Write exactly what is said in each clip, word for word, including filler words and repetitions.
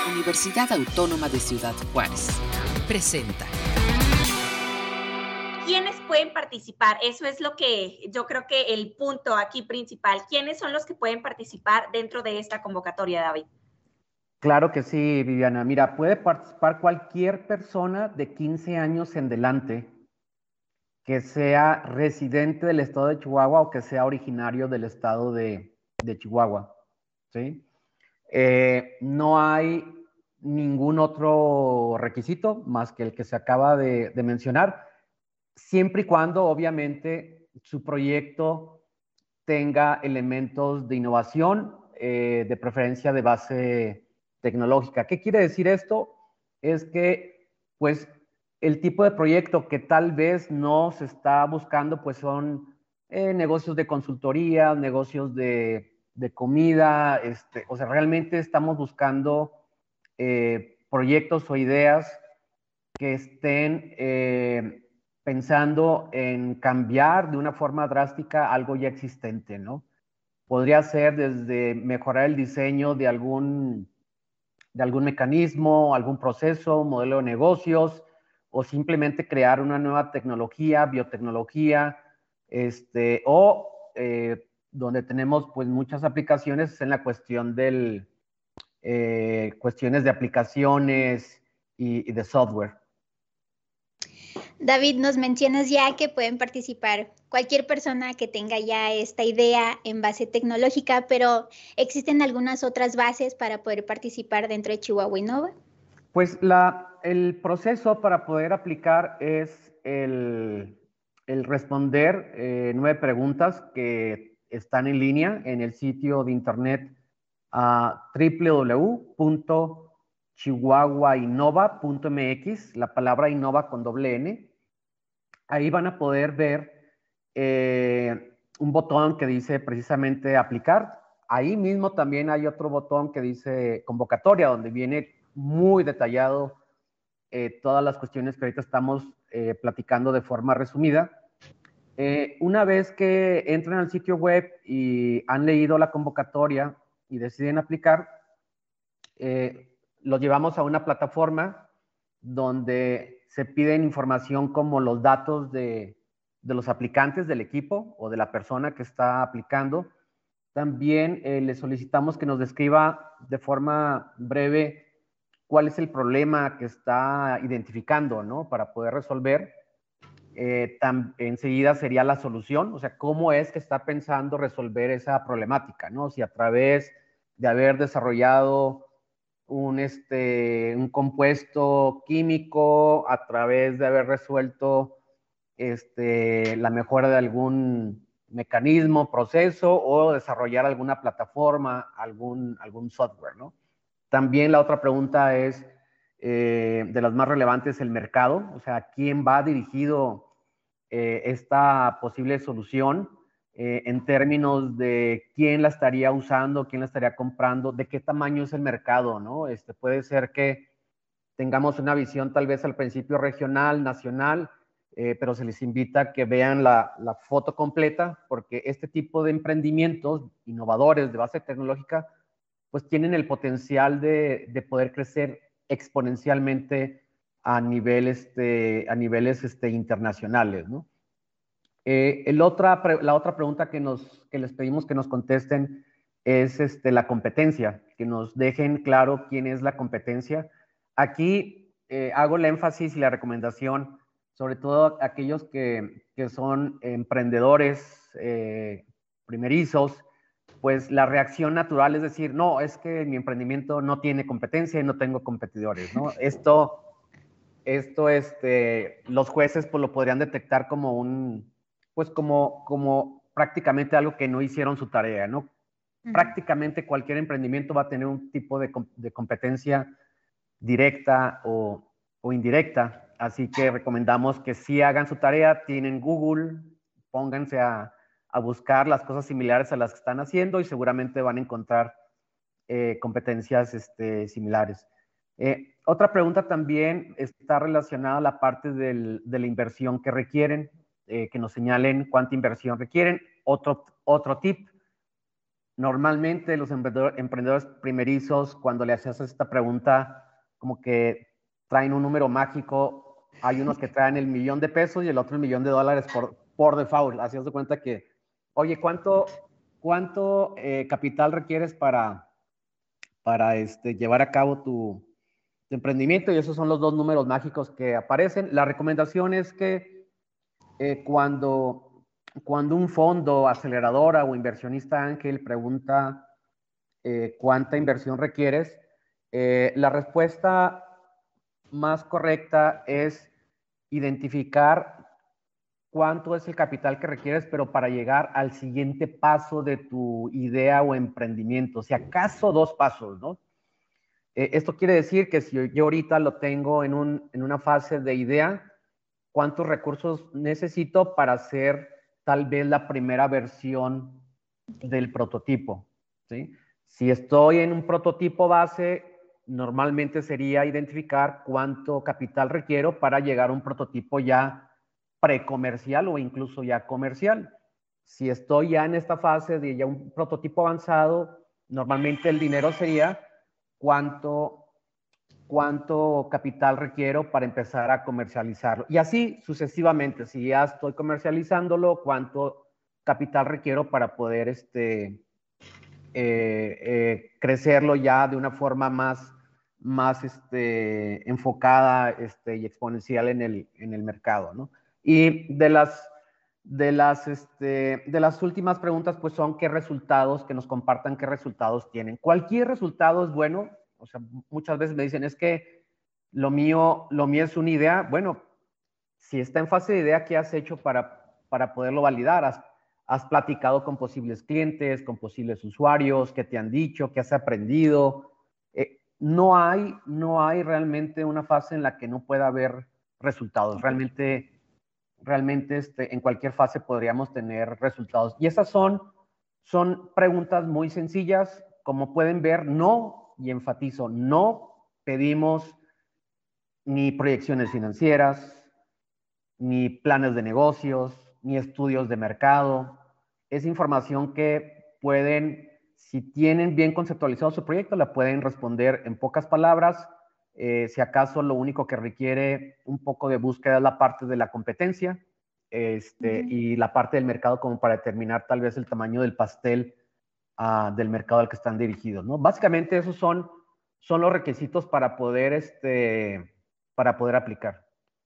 Universidad Autónoma de Ciudad Juárez presenta. ¿Quiénes pueden participar? Eso es lo que yo creo que el punto aquí principal. ¿Quiénes son los que pueden participar dentro de esta convocatoria, David? Claro que sí, Viviana. Mira, puede participar cualquier persona de quince años en adelante que sea residente del estado de Chihuahua o que sea originario del estado de, de Chihuahua, ¿sí? Eh, no hay ningún otro requisito más que el que se acaba de, de mencionar, siempre y cuando, obviamente, su proyecto tenga elementos de innovación, eh, de preferencia de base tecnológica. ¿Qué quiere decir esto? Es que, pues, el tipo de proyecto que tal vez no se está buscando, pues son eh, negocios de consultoría, negocios de, de comida, este, o sea, realmente estamos buscando eh, proyectos o ideas que estén eh, pensando en cambiar de una forma drástica algo ya existente, ¿no? Podría ser desde mejorar el diseño de algún, de algún mecanismo, algún proceso, modelo de negocios, o simplemente crear una nueva tecnología, biotecnología, este, o eh, donde tenemos pues muchas aplicaciones en la cuestión del, eh, cuestiones de aplicaciones y, y de software. David, nos mencionas ya que pueden participar cualquier persona que tenga ya esta idea en base tecnológica, pero ¿existen algunas otras bases para poder participar dentro de Chihuahua Innova? Pues la, el proceso para poder aplicar es el, el responder eh, nueve preguntas que están en línea en el sitio de internet uh, w w w punto chihuahua innova punto m x, la palabra innova con doble N. Ahí van a poder ver eh, un botón que dice precisamente aplicar. Ahí mismo también hay otro botón que dice convocatoria, donde viene muy detallado eh, todas las cuestiones que ahorita estamos eh, platicando de forma resumida. Eh, una vez que entran al sitio web y han leído la convocatoria y deciden aplicar, eh, los llevamos a una plataforma donde se piden información como los datos de, de los aplicantes del equipo o de la persona que está aplicando. También eh, le solicitamos que nos describa de forma breve cuál es el problema que está identificando, ¿no? Para poder resolver. Eh, tan, enseguida sería la solución, o sea, cómo es que está pensando resolver esa problemática, ¿no? Si a través de haber desarrollado un, este, un compuesto químico, a través de haber resuelto este, la mejora de algún mecanismo, proceso, o desarrollar alguna plataforma, algún, algún software, ¿no? También la otra pregunta es, eh, de las más relevantes, el mercado, o sea, ¿quién va dirigido eh, esta posible solución eh, en términos de quién la estaría usando, quién la estaría comprando, de qué tamaño es el mercado, ¿no? Este, puede ser que tengamos una visión tal vez al principio regional, nacional, eh, pero se les invita a que vean la, la foto completa, porque este tipo de emprendimientos innovadores de base tecnológica pues tienen el potencial de, de poder crecer exponencialmente a, nivel, este, a niveles este, internacionales, ¿no? Eh, el otra, la otra pregunta que, nos, que les pedimos que nos contesten es este, la competencia, que nos dejen claro quién es la competencia. Aquí eh, hago el énfasis y la recomendación, sobre todo a aquellos que, que son emprendedores eh, primerizos, pues la reacción natural es decir, no, es que mi emprendimiento no tiene competencia y no tengo competidores, ¿no? Esto, esto este, los jueces pues lo podrían detectar como un, pues como, como prácticamente algo que no hicieron su tarea, ¿no? Uh-huh. Prácticamente cualquier emprendimiento va a tener un tipo de, de competencia directa o, o indirecta, así que recomendamos que sí hagan su tarea, tienen Google, pónganse a, a buscar las cosas similares a las que están haciendo y seguramente van a encontrar eh, competencias este, similares. Eh, otra pregunta también está relacionada a la parte del, de la inversión que requieren, eh, que nos señalen cuánta inversión requieren. Otro, otro tip, normalmente los emprendedor, emprendedores primerizos, cuando le haces esta pregunta, como que traen un número mágico. Hay unos que traen el millón de pesos y el otro el millón de dólares por, por default. Así de cuenta que, oye, ¿cuánto, cuánto eh, capital requieres para, para este, llevar a cabo tu, tu emprendimiento? Y esos son los dos números mágicos que aparecen. La recomendación es que eh, cuando, cuando un fondo, aceleradora o inversionista ángel pregunta eh, cuánta inversión requieres, eh, la respuesta más correcta es identificar cuánto es el capital que requieres, pero para llegar al siguiente paso de tu idea o emprendimiento, si acaso dos pasos, ¿no? Eh, esto quiere decir que si yo ahorita lo tengo en, un, en una fase de idea, ¿cuántos recursos necesito para hacer tal vez la primera versión del prototipo? ¿Sí? Si estoy en un prototipo base, normalmente sería identificar cuánto capital requiero para llegar a un prototipo ya precomercial o incluso ya comercial. Si estoy ya en esta fase de ya un prototipo avanzado, normalmente el dinero sería cuánto, cuánto capital requiero para empezar a comercializarlo. Y así sucesivamente, si ya estoy comercializándolo, cuánto capital requiero para poder este, eh, eh, crecerlo ya de una forma más, más este, enfocada este, y exponencial en el, en el mercado, ¿no? Y de las, de, las, este, de las últimas preguntas, pues son qué resultados, que nos compartan qué resultados tienen. Cualquier resultado es bueno. O sea, muchas veces me dicen, es que lo mío, lo mío es una idea. Bueno, si está en fase de idea, ¿qué has hecho para, para poderlo validar? ¿Has, has platicado con posibles clientes, con posibles usuarios? ¿Qué te han dicho? ¿Qué has aprendido? Eh, no hay, no hay realmente una fase en la que no pueda haber resultados. Realmente, realmente este, en cualquier fase podríamos tener resultados. Y esas son, son preguntas muy sencillas. Como pueden ver, no, y enfatizo, no pedimos ni proyecciones financieras, ni planes de negocios, ni estudios de mercado. Es información que pueden, si tienen bien conceptualizado su proyecto, la pueden responder en pocas palabras. Eh, si acaso lo único que requiere un poco de búsqueda es la parte de la competencia este, uh-huh. y la parte del mercado como para determinar tal vez el tamaño del pastel uh, del mercado al que están dirigidos, ¿no? Básicamente esos son, son los requisitos para poder, este, para poder aplicar.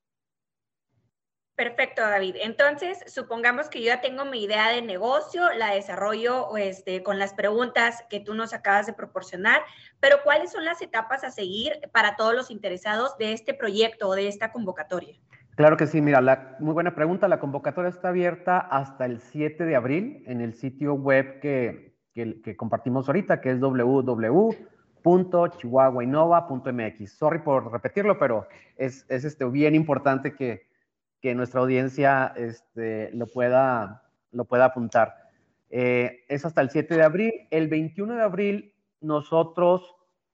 Perfecto, David. Entonces, supongamos que yo ya tengo mi idea de negocio, la desarrollo este, con las preguntas que tú nos acabas de proporcionar, pero ¿cuáles son las etapas a seguir para todos los interesados de este proyecto o de esta convocatoria? Claro que sí, mira, la, muy buena pregunta. La convocatoria está abierta hasta el siete de abril en el sitio web que, que, que compartimos ahorita, que es doble u doble u doble u punto chihuahua innova punto m x. Sorry por repetirlo, pero es, es este, bien importante que que nuestra audiencia este, lo, pueda, lo pueda apuntar. Eh, es hasta el siete de abril. El veintiuno de abril nosotros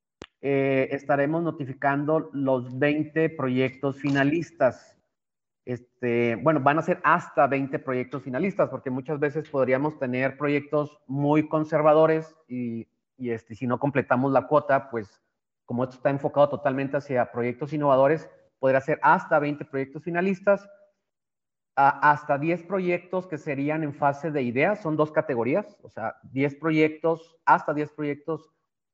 eh, estaremos notificando los veinte proyectos finalistas. Este, bueno, van a ser hasta veinte proyectos finalistas, porque muchas veces podríamos tener proyectos muy conservadores y, y este, si no completamos la cuota, pues como esto está enfocado totalmente hacia proyectos innovadores, podría ser hasta veinte proyectos finalistas, a, hasta diez proyectos que serían en fase de idea, son dos categorías, o sea, diez proyectos, hasta diez proyectos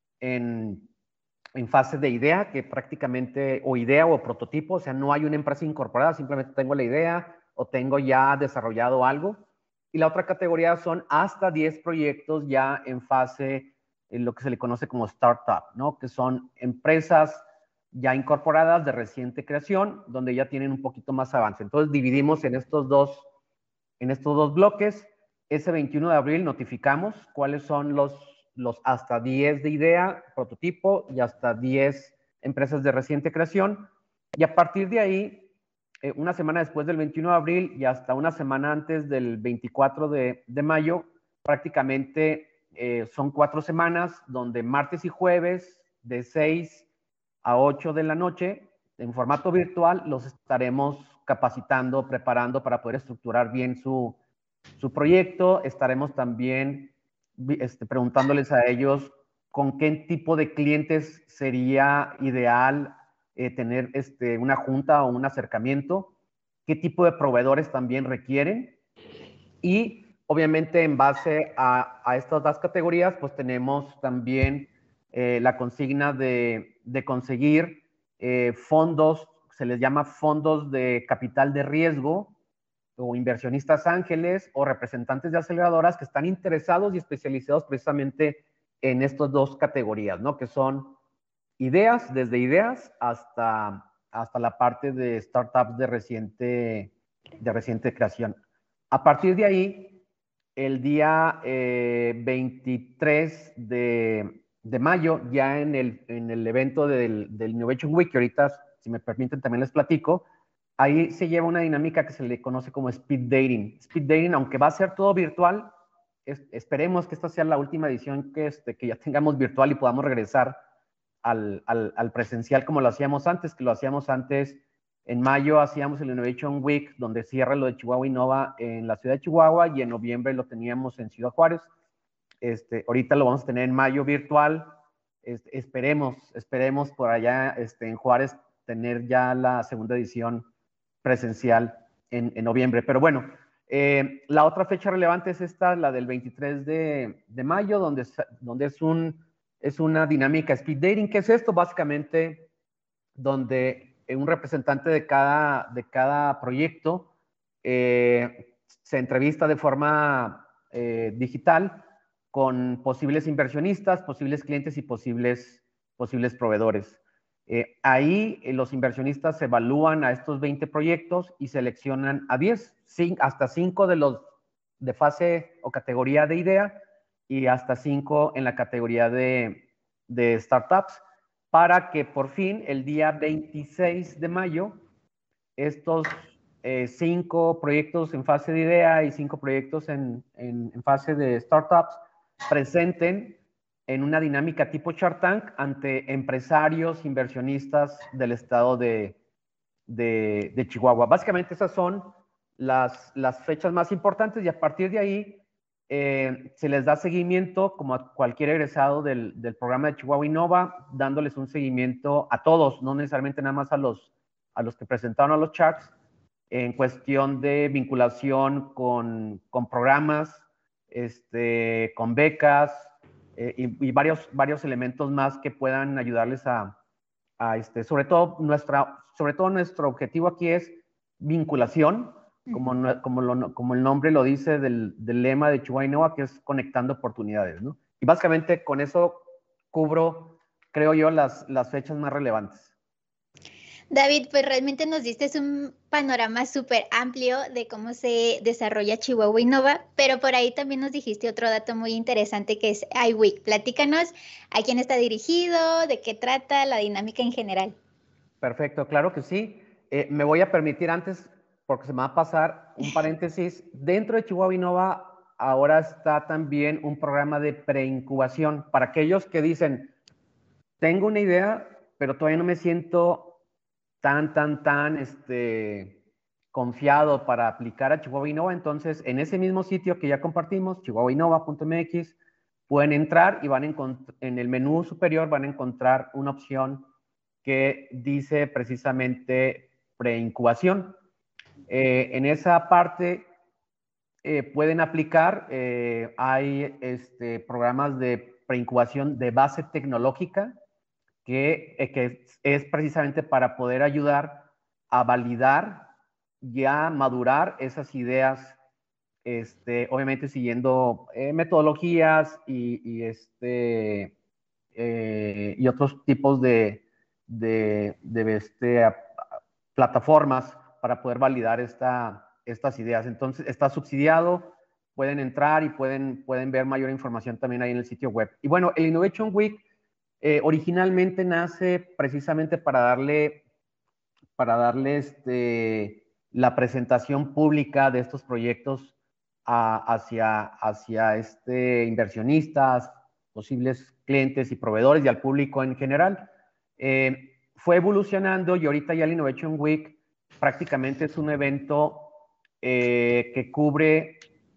en, en fase de idea, que prácticamente, o idea o prototipo, o sea, no hay una empresa incorporada, simplemente tengo la idea o tengo ya desarrollado algo. Y la otra categoría son hasta diez proyectos ya en fase, en lo que se le conoce como startup, ¿no? Que son empresas ya incorporadas de reciente creación, donde ya tienen un poquito más avance. Entonces dividimos en estos dos, en estos dos bloques. Ese veintiuno de abril notificamos cuáles son los, los hasta diez de idea, prototipo, y hasta diez empresas de reciente creación. Y a partir de ahí, eh, una semana después del veintiuno de abril y hasta una semana antes del veinticuatro de, de mayo, prácticamente eh, son cuatro semanas donde martes y jueves de seis a ocho de la noche, en formato virtual, los estaremos capacitando, preparando para poder estructurar bien su, su proyecto. Estaremos también este, preguntándoles a ellos con qué tipo de clientes sería ideal eh, tener este, una junta o un acercamiento, qué tipo de proveedores también requieren y obviamente en base a, a estas dos categorías pues tenemos también eh, la consigna de, de conseguir eh, fondos, se les llama fondos de capital de riesgo o inversionistas ángeles o representantes de aceleradoras que están interesados y especializados precisamente en estas dos categorías, ¿no? Que son ideas, desde ideas hasta, hasta la parte de startups de reciente, de reciente creación. A partir de ahí, el día eh, veintitrés de, de mayo, ya en el, en el evento del, del Innovation Week, que ahorita, si me permiten, también les platico, ahí se lleva una dinámica que se le conoce como speed dating. Speed dating, aunque va a ser todo virtual, es, esperemos que esta sea la última edición que, este, que ya tengamos virtual y podamos regresar al, al, al presencial como lo hacíamos antes, que lo hacíamos antes en mayo, hacíamos el Innovation Week, donde cierra lo de Chihuahua Innova en la ciudad de Chihuahua, y en noviembre lo teníamos en Ciudad Juárez. Este, ahorita lo vamos a tener en mayo virtual. Este, esperemos, esperemos por allá este, en Juárez tener ya la segunda edición presencial en, en noviembre. Pero bueno, eh, la otra fecha relevante es esta, la del veintitrés de, de mayo, donde, donde es, un, es una dinámica speed dating. ¿Qué es esto? Básicamente, donde un representante de cada, de cada proyecto eh, se entrevista de forma eh, digital con posibles inversionistas, posibles clientes y posibles, posibles proveedores. Eh, ahí eh, los inversionistas evalúan a estos veinte proyectos y seleccionan a diez, hasta cinco de los de fase o categoría de idea y hasta cinco en la categoría de, de startups, para que por fin el día veintiséis de mayo estos eh, cinco proyectos en fase de idea y cinco proyectos en, en, en fase de startups presenten en una dinámica tipo Shark Tank ante empresarios, inversionistas del estado de, de, de Chihuahua. Básicamente esas son las, las fechas más importantes y a partir de ahí eh, se les da seguimiento como a cualquier egresado del, del programa de Chihuahua Innova, dándoles un seguimiento a todos, no necesariamente nada más a los, a los que presentaron a los Sharks, en cuestión de vinculación con, con programas, este, con becas, Eh, y, y varios, varios elementos más que puedan ayudarles a, a este, sobre todo, nuestra, sobre todo nuestro objetivo aquí es vinculación, como, como, lo, como el nombre lo dice del, del lema de Chihuahua Innova, que es conectando oportunidades, ¿no? Y básicamente con eso cubro, creo yo, las, las fechas más relevantes. David, pues realmente nos diste un panorama súper amplio de cómo se desarrolla Chihuahua Innova, pero por ahí también nos dijiste otro dato muy interesante que es iWeek. Platícanos a quién está dirigido, de qué trata, la dinámica en general. Perfecto, claro que sí. Eh, me voy a permitir antes, porque se me va a pasar un paréntesis. Dentro de Chihuahua Innova ahora está también un programa de preincubación para aquellos que dicen, tengo una idea, pero todavía no me siento tan, tan, tan este, confiado para aplicar a Chihuahua Innova. Entonces, en ese mismo sitio que ya compartimos, chihuahua innova punto m x, pueden entrar y van a encontrar, en el menú superior van a encontrar una opción que dice precisamente preincubación. Eh, en esa parte eh, pueden aplicar, eh, hay este, programas de preincubación de base tecnológica, Que, que es precisamente para poder ayudar a validar y a madurar esas ideas, este, obviamente siguiendo eh, metodologías y, y, este, eh, y otros tipos de, de, de este, a, a, plataformas para poder validar esta, estas ideas. Entonces, está subsidiado, pueden entrar y pueden, pueden ver mayor información también ahí en el sitio web. Y bueno, el Innovation Week Eh, originalmente nace precisamente para darle, para darle este, la presentación pública de estos proyectos a, hacia, hacia este, inversionistas, posibles clientes y proveedores y al público en general. Eh, fue evolucionando y ahorita ya el Innovation Week prácticamente es un evento eh, que cubre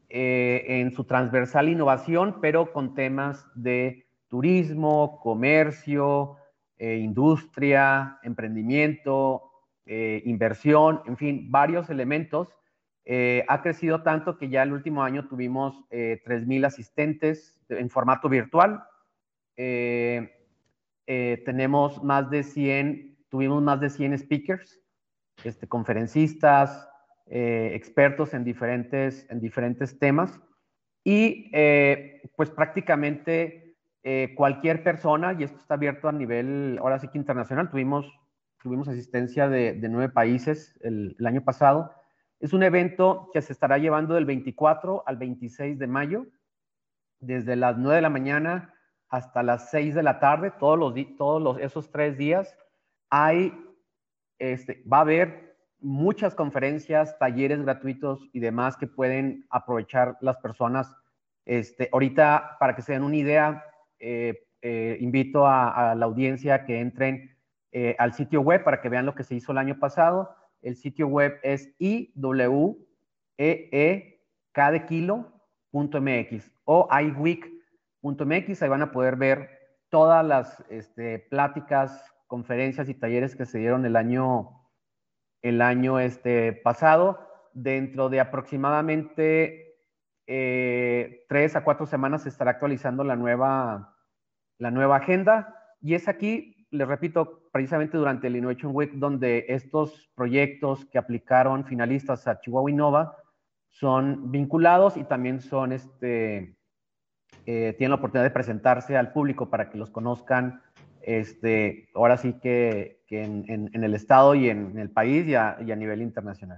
eh, en su transversal innovación, pero con temas de turismo, comercio, eh, industria, emprendimiento, eh, inversión, en fin, varios elementos. Eh, ha crecido tanto que ya el último año tuvimos eh, tres mil asistentes en formato virtual. Eh, eh, tenemos más de cien, tuvimos más de cien speakers, este, conferencistas, eh, expertos en diferentes, en diferentes temas. Y eh, pues prácticamente eh, cualquier persona, y esto está abierto a nivel, ahora sí que internacional, tuvimos, tuvimos asistencia de, de nueve países el, el año pasado. Es un evento que se estará llevando del veinticuatro al veintiséis de mayo, desde las nueve de la mañana hasta las seis de la tarde, todos, los, todos los, esos tres días. Hay, este, va a haber muchas conferencias, talleres gratuitos y demás que pueden aprovechar las personas. Este, ahorita, para que se den una idea, eh, eh, invito a, a la audiencia que entren eh, al sitio web para que vean lo que se hizo el año pasado. El sitio web es i w e e k de kilo punto m x o i week punto m x. Ahí van a poder ver todas las este, pláticas, conferencias y talleres que se dieron el año, el año este, pasado. Dentro de aproximadamente eh, tres a cuatro semanas se estará actualizando la nueva, la nueva agenda. Y es aquí, les repito, precisamente durante el Innovation Week, donde estos proyectos que aplicaron finalistas a Chihuahua Innova son vinculados y también son, este, eh, tienen la oportunidad de presentarse al público para que los conozcan, este, ahora sí que, que en, en, en el estado y en, en el país y a, y a nivel internacional.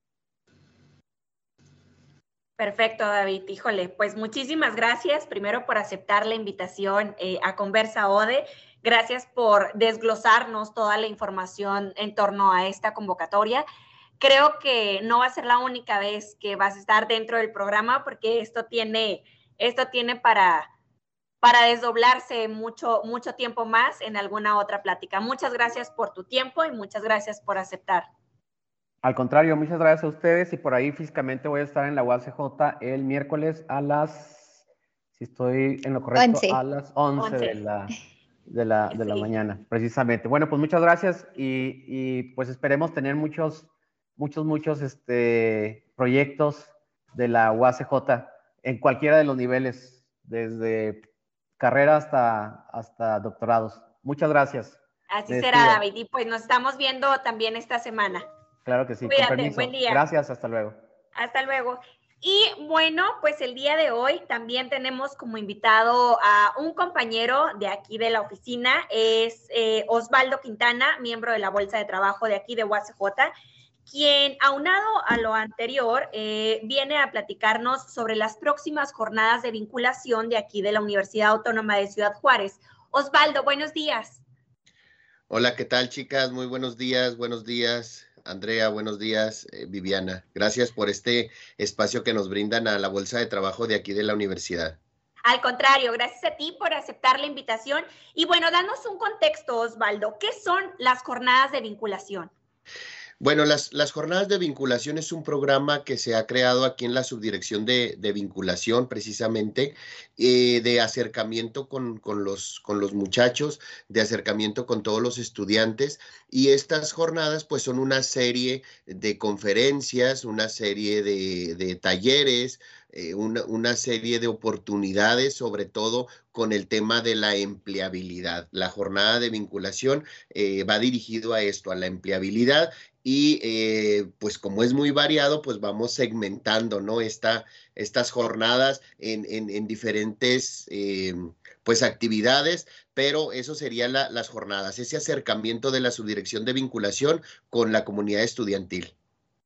Perfecto, David. Híjole, pues muchísimas gracias primero por aceptar la invitación eh, a Conversa O D E. Gracias por desglosarnos toda la información en torno a esta convocatoria. Creo que no va a ser la única vez que vas a estar dentro del programa porque esto tiene, esto tiene para, para desdoblarse mucho, mucho tiempo más en alguna otra plática. Muchas gracias por tu tiempo y muchas gracias por aceptar. Al contrario, muchas gracias a ustedes y por ahí físicamente voy a estar en la U A C J el miércoles a las, si estoy en lo correcto, once. a las once, once. de la, de la, de sí. la mañana, precisamente. Bueno, pues muchas gracias y, y pues esperemos tener muchos, muchos, muchos este, proyectos de la U A C J en cualquiera de los niveles, desde carrera hasta, hasta doctorados. Muchas gracias. Así será, David, y pues nos estamos viendo también esta semana. Claro que sí. Cuídate, con permiso. Buen día. Gracias, hasta luego. Hasta luego. Y bueno, pues el día de hoy también tenemos como invitado a un compañero de aquí de la oficina, es eh, Osvaldo Quintana, miembro de la Bolsa de Trabajo de aquí de U A C J, quien aunado a lo anterior eh, viene a platicarnos sobre las próximas jornadas de vinculación de aquí de la Universidad Autónoma de Ciudad Juárez. Osvaldo, buenos días. Hola, ¿qué tal, chicas? Muy buenos días, buenos días. Andrea, buenos días. Eh, Viviana, gracias por este espacio que nos brindan a la Bolsa de Trabajo de aquí de la universidad. Al contrario, gracias a ti por aceptar la invitación. Y bueno, danos un contexto, Osvaldo. ¿Qué son las jornadas de vinculación? Bueno, las, las jornadas de vinculación es un programa que se ha creado aquí en la subdirección de, de vinculación, precisamente, eh, de acercamiento con, con, los, con los muchachos, de acercamiento con todos los estudiantes. Y estas jornadas, pues, son una serie de conferencias, una serie de, de talleres, eh, una, una serie de oportunidades, sobre todo con el tema de la empleabilidad. La jornada de vinculación eh, va dirigido a esto, a la empleabilidad. Y eh, pues como es muy variado, pues vamos segmentando, ¿no? Esta, estas jornadas en, en, en diferentes eh, pues actividades, pero eso serían la, las jornadas, ese acercamiento de la subdirección de vinculación con la comunidad estudiantil.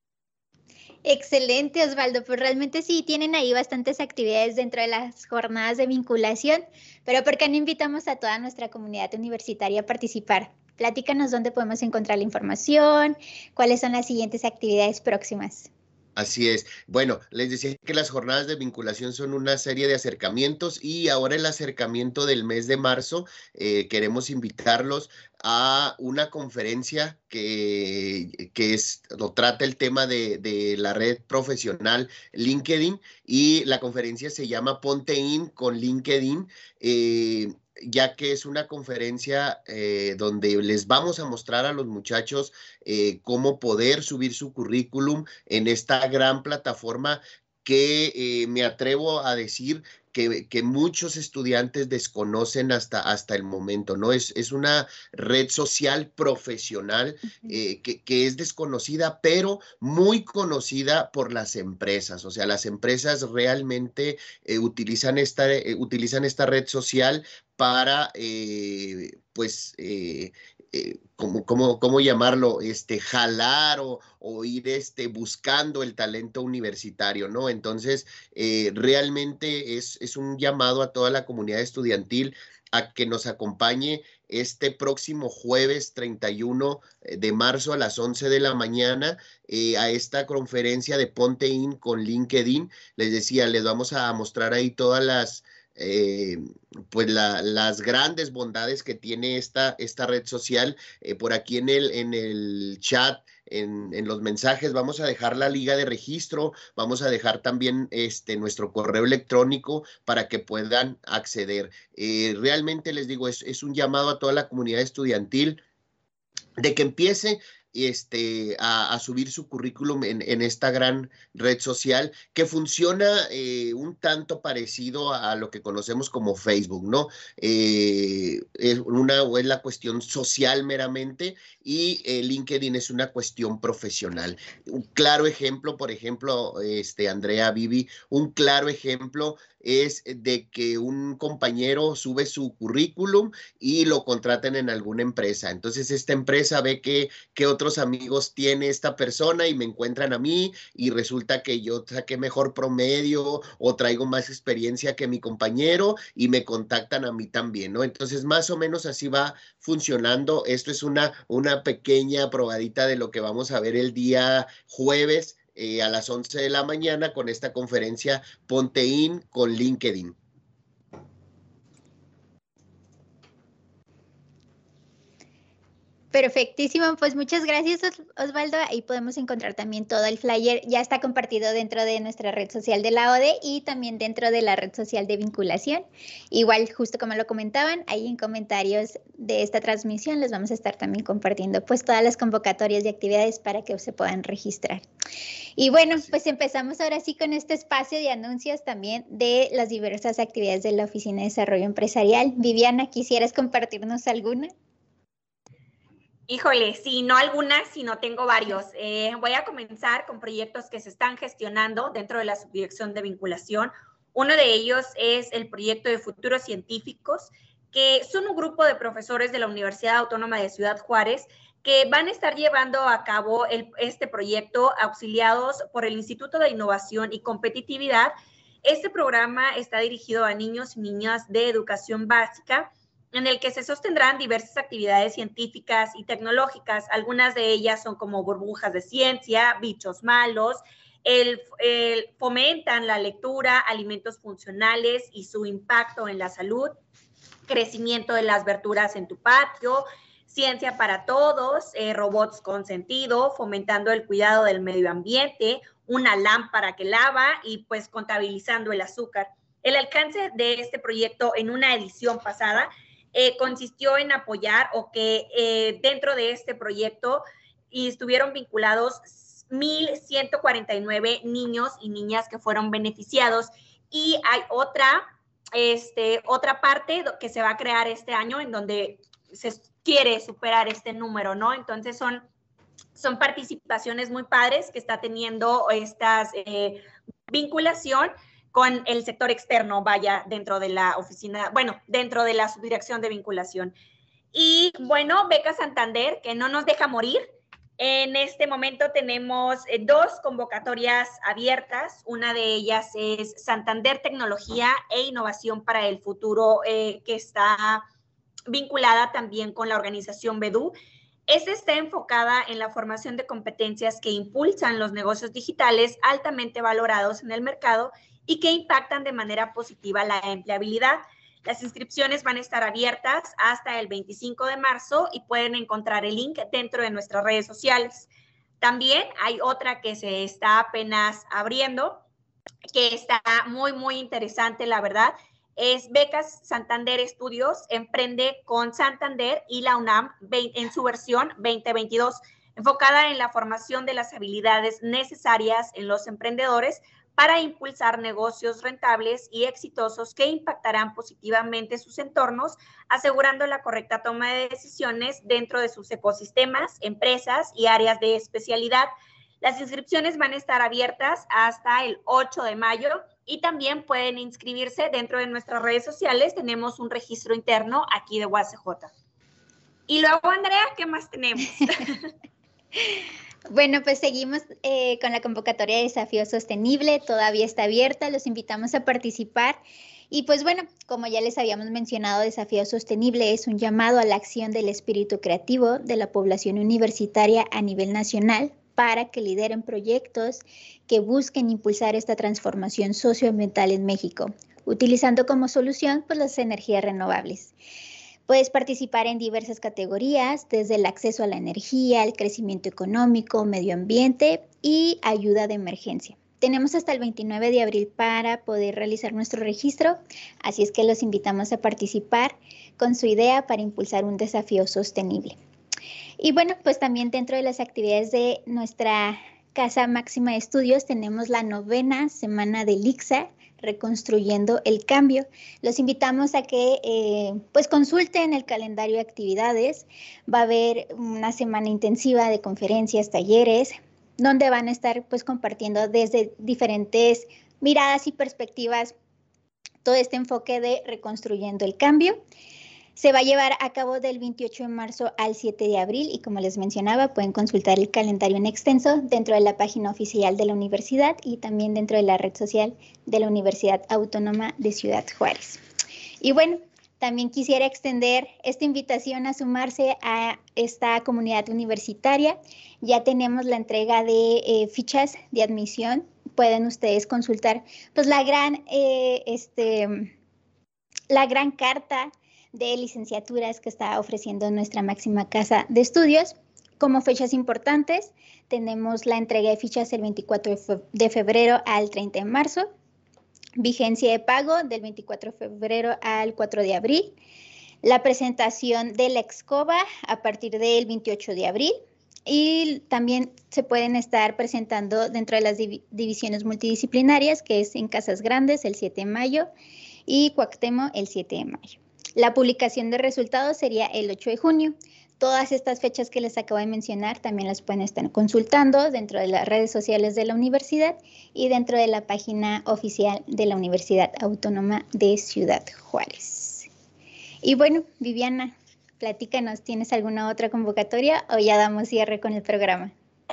Excelente, Osvaldo. Pues realmente sí tienen ahí bastantes actividades dentro de las jornadas de vinculación, pero ¿por qué no invitamos a toda nuestra comunidad universitaria a participar? Platícanos dónde podemos encontrar la información, cuáles son las siguientes actividades próximas. Así es. Bueno, les decía que las jornadas de vinculación son una serie de acercamientos y ahora el acercamiento del mes de marzo eh, queremos invitarlos a una conferencia que, que es, lo trata el tema de, de la red profesional LinkedIn y la conferencia se llama Ponte In con LinkedIn. Eh, ya que es una conferencia eh, donde les vamos a mostrar a los muchachos eh, cómo poder subir su currículum en esta gran plataforma que eh, me atrevo a decir que, que muchos estudiantes desconocen hasta, hasta el momento, ¿no? Es, es una red social profesional eh, que, que es desconocida, pero muy conocida por las empresas. O sea, las empresas realmente eh, utilizan, esta, eh, utilizan esta red social para, eh, pues, eh, eh, ¿cómo, cómo, cómo llamarlo? Este, jalar o, o ir este, buscando el talento universitario, ¿no? Entonces, eh, realmente es, es un llamado a toda la comunidad estudiantil a que nos acompañe este próximo jueves treinta y uno de marzo a las once de la mañana eh, a esta conferencia de Ponte In con LinkedIn. Les decía, les vamos a mostrar ahí todas las Eh, pues la, las grandes bondades que tiene esta, esta red social. Eh, por aquí en el, en el chat, en, en los mensajes, vamos a dejar la liga de registro, vamos a dejar también este, nuestro correo electrónico para que puedan acceder. Eh, realmente les digo, es, es un llamado a toda la comunidad estudiantil de que empiece este, a, a subir su currículum en, en esta gran red social que funciona eh, un tanto parecido a, a lo que conocemos como Facebook, ¿no? Eh, es, una, es la cuestión social meramente y eh, LinkedIn es una cuestión profesional. Un claro ejemplo, por ejemplo, este, Andrea, Vivi, un claro ejemplo es de que un compañero sube su currículum y lo contratan en alguna empresa. Entonces esta empresa ve que, que otros amigos tiene esta persona y me encuentran a mí y resulta que yo saqué mejor promedio o traigo más experiencia que mi compañero y me contactan a mí también, ¿no? Entonces más o menos así va funcionando. Esto es una, una pequeña probadita de lo que vamos a ver el día jueves Eh, a las once de la mañana con esta conferencia Ponte In con LinkedIn. Perfectísimo, pues muchas gracias Osvaldo. Ahí podemos encontrar también todo el flyer. Ya está compartido dentro de nuestra red social de la O D E y también dentro de la red social de vinculación. Igual, justo como lo comentaban, ahí en comentarios de esta transmisión les vamos a estar también compartiendo pues todas las convocatorias de actividades para que se puedan registrar. Y bueno, pues empezamos ahora sí con este espacio de anuncios también de las diversas actividades de la Oficina de Desarrollo Empresarial. Viviana, ¿quisieras compartirnos alguna? Híjole, sí, no algunas, sino tengo varios. Eh, voy a comenzar con proyectos que se están gestionando dentro de la subdirección de vinculación. Uno de ellos es el proyecto de futuros científicos, que son un grupo de profesores de la Universidad Autónoma de Ciudad Juárez que van a estar llevando a cabo el, este proyecto auxiliados por el Instituto de Innovación y Competitividad. Este programa está dirigido a niños y niñas de educación básica, en el que se sostendrán diversas actividades científicas y tecnológicas. Algunas de ellas son como burbujas de ciencia, bichos malos, el, el, fomentan la lectura, alimentos funcionales y su impacto en la salud, crecimiento de las verduras en tu patio, ciencia para todos, eh, robots con sentido, fomentando el cuidado del medio ambiente, una lámpara que lava y pues contabilizando el azúcar. El alcance de este proyecto en una edición pasada Eh, consistió en apoyar o que eh, dentro de este proyecto y estuvieron vinculados mil ciento cuarenta y nueve niños y niñas que fueron beneficiados. Y hay otra, este, otra parte que se va a crear este año en donde se quiere superar este número, ¿no? Entonces son, son participaciones muy padres que está teniendo esta eh, vinculación con el sector externo, vaya, dentro de la oficina, bueno, dentro de la subdirección de vinculación. Y bueno, Beca Santander, que no nos deja morir. En este momento tenemos eh, dos convocatorias abiertas. Una de ellas es Santander Tecnología e Innovación para el Futuro, eh, que está vinculada también con la organización B E D U. Esta está enfocada en la formación de competencias que impulsan los negocios digitales altamente valorados en el mercado y que impactan de manera positiva la empleabilidad. Las inscripciones van a estar abiertas hasta el veinticinco de marzo y pueden encontrar el link dentro de nuestras redes sociales. También hay otra que se está apenas abriendo, que está muy, muy interesante, la verdad. Es Becas Santander Estudios, Emprende con Santander y la UNAM en su versión veinte veintidós, enfocada en la formación de las habilidades necesarias en los emprendedores para impulsar negocios rentables y exitosos que impactarán positivamente sus entornos, asegurando la correcta toma de decisiones dentro de sus ecosistemas, empresas y áreas de especialidad. Las inscripciones van a estar abiertas hasta el ocho de mayo y también pueden inscribirse dentro de nuestras redes sociales. Tenemos un registro interno aquí de U A C J. Y luego, Andrea, ¿qué más tenemos? Bueno, pues seguimos eh, con la convocatoria de Desafío Sostenible. Todavía está abierta, los invitamos a participar. Y pues bueno, como ya les habíamos mencionado, Desafío Sostenible es un llamado a la acción del espíritu creativo de la población universitaria a nivel nacional para que lideren proyectos que busquen impulsar esta transformación socioambiental en México, utilizando como solución pues, las energías renovables. Puedes participar en diversas categorías, desde el acceso a la energía, el crecimiento económico, medio ambiente y ayuda de emergencia. Tenemos hasta el veintinueve de abril para poder realizar nuestro registro, así es que los invitamos a participar con su idea para impulsar un desafío sostenible. Y bueno, pues también dentro de las actividades de nuestra Casa Máxima de Estudios tenemos la novena semana del I C S A, Reconstruyendo el Cambio. Los invitamos a que eh, pues consulten el calendario de actividades. Va a haber una semana intensiva de conferencias, talleres, donde van a estar pues compartiendo desde diferentes miradas y perspectivas todo este enfoque de Reconstruyendo el Cambio. Se va a llevar a cabo del veintiocho de marzo al siete de abril y como les mencionaba, pueden consultar el calendario en extenso dentro de la página oficial de la universidad y también dentro de la red social de la Universidad Autónoma de Ciudad Juárez. Y bueno, también quisiera extender esta invitación a sumarse a esta comunidad universitaria. Ya tenemos la entrega de eh, fichas de admisión. Pueden ustedes consultar pues, la, gran, eh, este, la gran carta de licenciaturas que está ofreciendo nuestra máxima casa de estudios. Como fechas importantes, tenemos la entrega de fichas el veinticuatro de febrero al treinta de marzo, vigencia de pago del veinticuatro de febrero al cuatro de abril, la presentación de la EXCOBA a partir del veintiocho de abril y también se pueden estar presentando dentro de las div- divisiones multidisciplinarias, que es en Casas Grandes el siete de mayo y Cuauhtémoc el siete de mayo. La publicación de resultados sería el ocho de junio. Todas estas fechas que les acabo de mencionar también las pueden estar consultando dentro de las redes sociales de la universidad y dentro de la página oficial de la Universidad Autónoma de Ciudad Juárez. Y bueno, Viviana, platícanos, ¿tienes alguna otra convocatoria o ya damos cierre con el programa?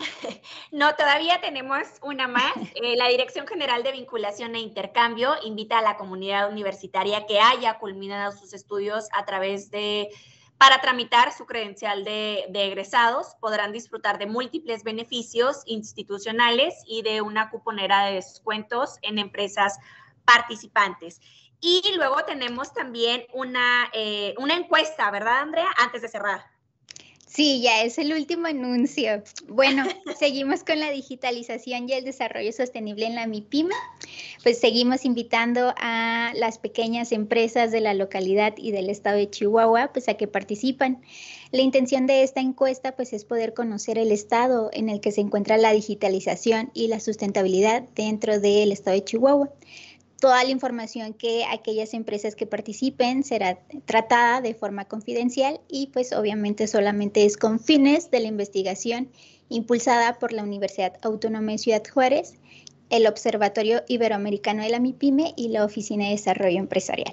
No, todavía tenemos una más. Eh, la Dirección General de Vinculación e Intercambio invita a la comunidad universitaria que haya culminado sus estudios a través de, para tramitar su credencial de, de egresados. Podrán disfrutar de múltiples beneficios institucionales y de una cuponera de descuentos en empresas participantes. Y luego tenemos también una, eh, una encuesta, ¿verdad, Andrea? Antes de cerrar. Sí, ya es el último anuncio. Bueno, seguimos con la digitalización y el desarrollo sostenible en la MIPYME. Pues seguimos invitando a las pequeñas empresas de la localidad y del estado de Chihuahua pues a que participan. La intención de esta encuesta pues es poder conocer el estado en el que se encuentra la digitalización y la sustentabilidad dentro del estado de Chihuahua. Toda la información que aquellas empresas que participen será tratada de forma confidencial y pues obviamente solamente es con fines de la investigación impulsada por la Universidad Autónoma de Ciudad Juárez, el Observatorio Iberoamericano de la MIPYME y la Oficina de Desarrollo Empresarial.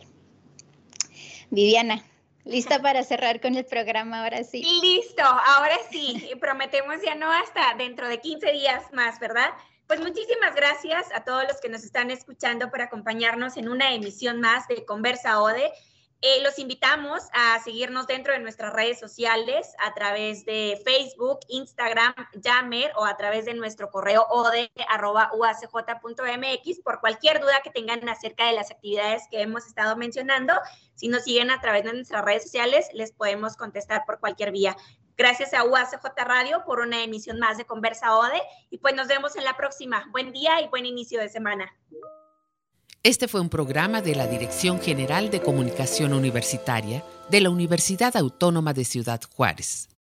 Viviana, ¿lista para cerrar con el programa ahora sí? Listo, ahora sí, prometemos ya no hasta dentro de quince días más, ¿verdad? Pues muchísimas gracias a todos los que nos están escuchando por acompañarnos en una emisión más de Conversa O D E. Eh, los invitamos a seguirnos dentro de nuestras redes sociales a través de Facebook, Instagram, Yammer o a través de nuestro correo ode arroba u a c j punto m x por cualquier duda que tengan acerca de las actividades que hemos estado mencionando. Si nos siguen a través de nuestras redes sociales, les podemos contestar por cualquier vía. Gracias a U A C J Radio por una emisión más de Conversa Ode y pues nos vemos en la próxima. Buen día y buen inicio de semana. Este fue un programa de la Dirección General de Comunicación Universitaria de la Universidad Autónoma de Ciudad Juárez.